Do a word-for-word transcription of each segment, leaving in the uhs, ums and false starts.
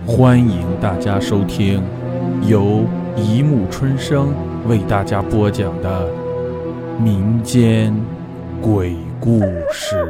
欢迎大家收听由一木春生为大家播讲的民间鬼故事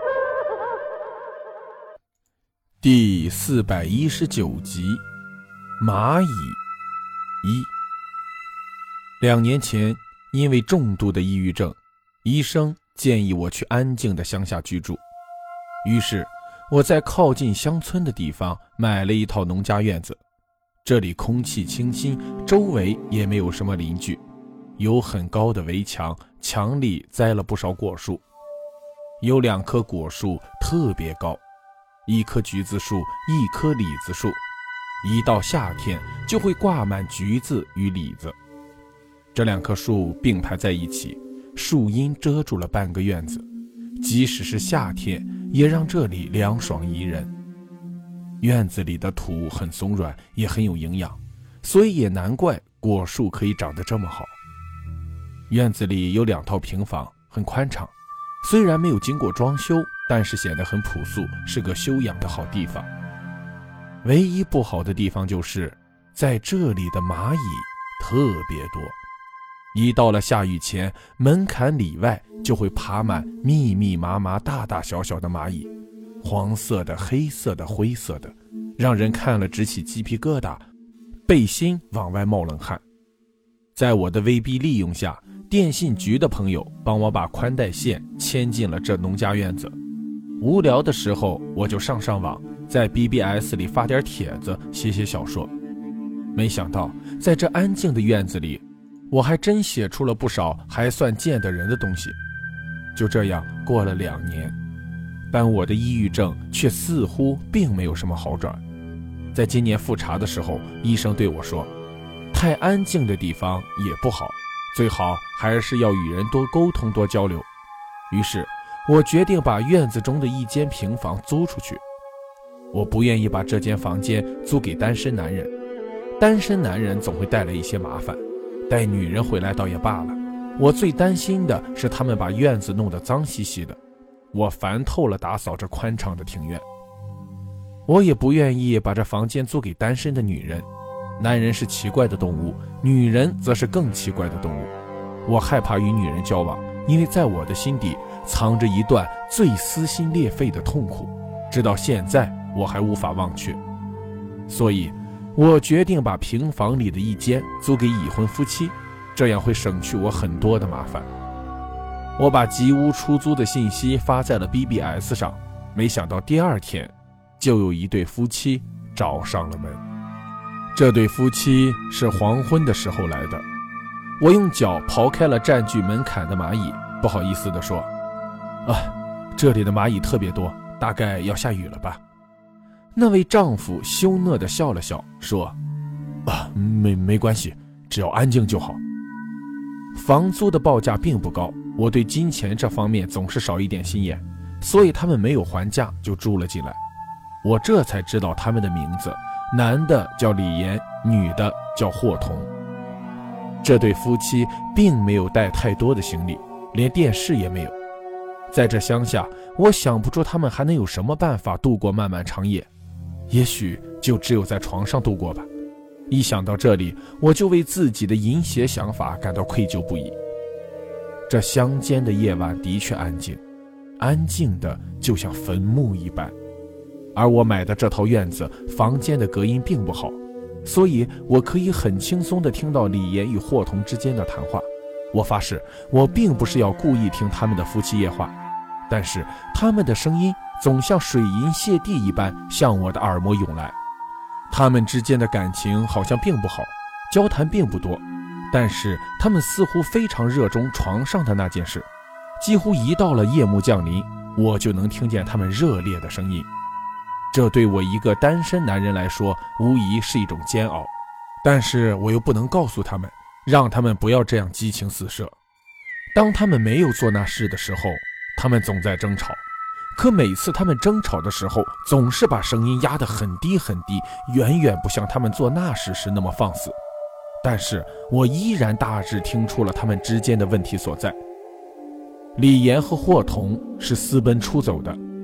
第四百一十九集，蚂蚁一。两年前，因为重度的抑郁症，医生建议我去安静的乡下居住。于是我在靠近乡村的地方买了一套农家院子，这里空气清新，周围也没有什么邻居，有很高的围墙，墙里栽了不少果树，有两棵果树特别高，一棵橘子树，一棵李子树，一到夏天就会挂满橘子与李子。这两棵树并排在一起，树荫遮住了半个院子，即使是夏天也让这里凉爽宜人。院子里的土很松软，也很有营养，所以也难怪果树可以长得这么好。院子里有两套平房，很宽敞，虽然没有经过装修，但是显得很朴素，是个休养的好地方。唯一不好的地方就是在这里的蚂蚁特别多，一到了下雨前，门槛里外就会爬满密密麻麻大大小小的蚂蚁，黄色的、黑色的、灰色的，让人看了直起鸡皮疙瘩，背心往外冒冷汗。在我的威逼利用下，电信局的朋友帮我把宽带线牵进了这农家院子。无聊的时候，我就上上网，在 B B S 里发点帖子，写写小说。没想到在这安静的院子里，我还真写出了不少还算见得人的东西。就这样过了两年，但我的抑郁症却似乎并没有什么好转。在今年复查的时候，医生对我说，太安静的地方也不好，最好还是要与人多沟通多交流。于是我决定把院子中的一间平房租出去。我不愿意把这间房间租给单身男人，单身男人总会带来一些麻烦，带女人回来倒也罢了，我最担心的是他们把院子弄得脏兮兮的，我烦透了打扫这宽敞的庭院。我也不愿意把这房间租给单身的女人，男人是奇怪的动物，女人则是更奇怪的动物。我害怕与女人交往，因为在我的心底藏着一段最撕心裂肺的痛苦，直到现在我还无法忘却。所以我决定把平房里的一间租给已婚夫妻，这样会省去我很多的麻烦。我把吉屋出租的信息发在了 B B S 上，没想到第二天就有一对夫妻找上了门。这对夫妻是黄昏的时候来的。我用脚刨开了占据门槛的蚂蚁，不好意思地说，啊，这里的蚂蚁特别多，大概要下雨了吧。那位丈夫羞讷地笑了笑，说，啊，没没关系，只要安静就好。房租的报价并不高，我对金钱这方面总是少一点心眼，所以他们没有还价就住了进来。我这才知道他们的名字，男的叫李岩，女的叫霍童。这对夫妻并没有带太多的行李，连电视也没有。在这乡下，我想不出他们还能有什么办法度过漫漫长夜，也许就只有在床上度过吧。一想到这里，我就为自己的淫邪想法感到愧疚不已。这乡间的夜晚的确安静，安静的就像坟墓一般。而我买的这套院子房间的隔音并不好，所以我可以很轻松地听到李岩与霍童之间的谈话。我发誓，我并不是要故意听他们的夫妻夜话，但是他们的声音总像水银泻地一般向我的耳膜涌来。他们之间的感情好像并不好，交谈并不多，但是他们似乎非常热衷床上的那件事，几乎一到了夜幕降临，我就能听见他们热烈的声音。这对我一个单身男人来说无疑是一种煎熬，但是我又不能告诉他们，让他们不要这样激情四射。当他们没有做那事的时候，他们总在争吵，可每次他们争吵的时候，总是把声音压得很低很低，远远不像他们做那事时那么放肆。但是我依然大致听出了他们之间的问题所在。李岩和霍童是私奔出走的，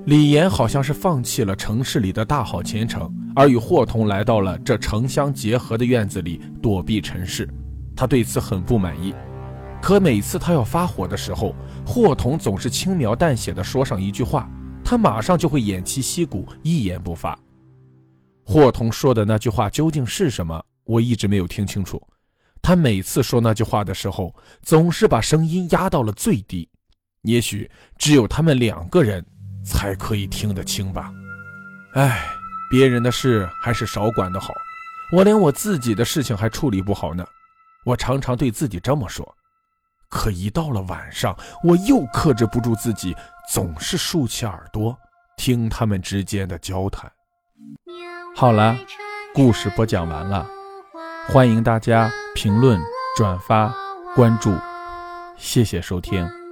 李岩好像是放弃了城市里的大好前程，而与霍童来到了这城乡结合的院子里躲避尘世。他对此很不满意，可每次他要发火的时候，霍童总是轻描淡写地说上一句话，他马上就会偃旗息鼓，一言不发。霍童说的那句话究竟是什么，我一直没有听清楚。他每次说那句话的时候，总是把声音压到了最低，也许只有他们两个人才可以听得清吧。唉，别人的事还是少管得好，我连我自己的事情还处理不好呢。我常常对自己这么说，可一到了晚上，我又克制不住自己，总是竖起耳朵听他们之间的交谈。好了，故事播讲完了，欢迎大家评论、转发、关注，谢谢收听。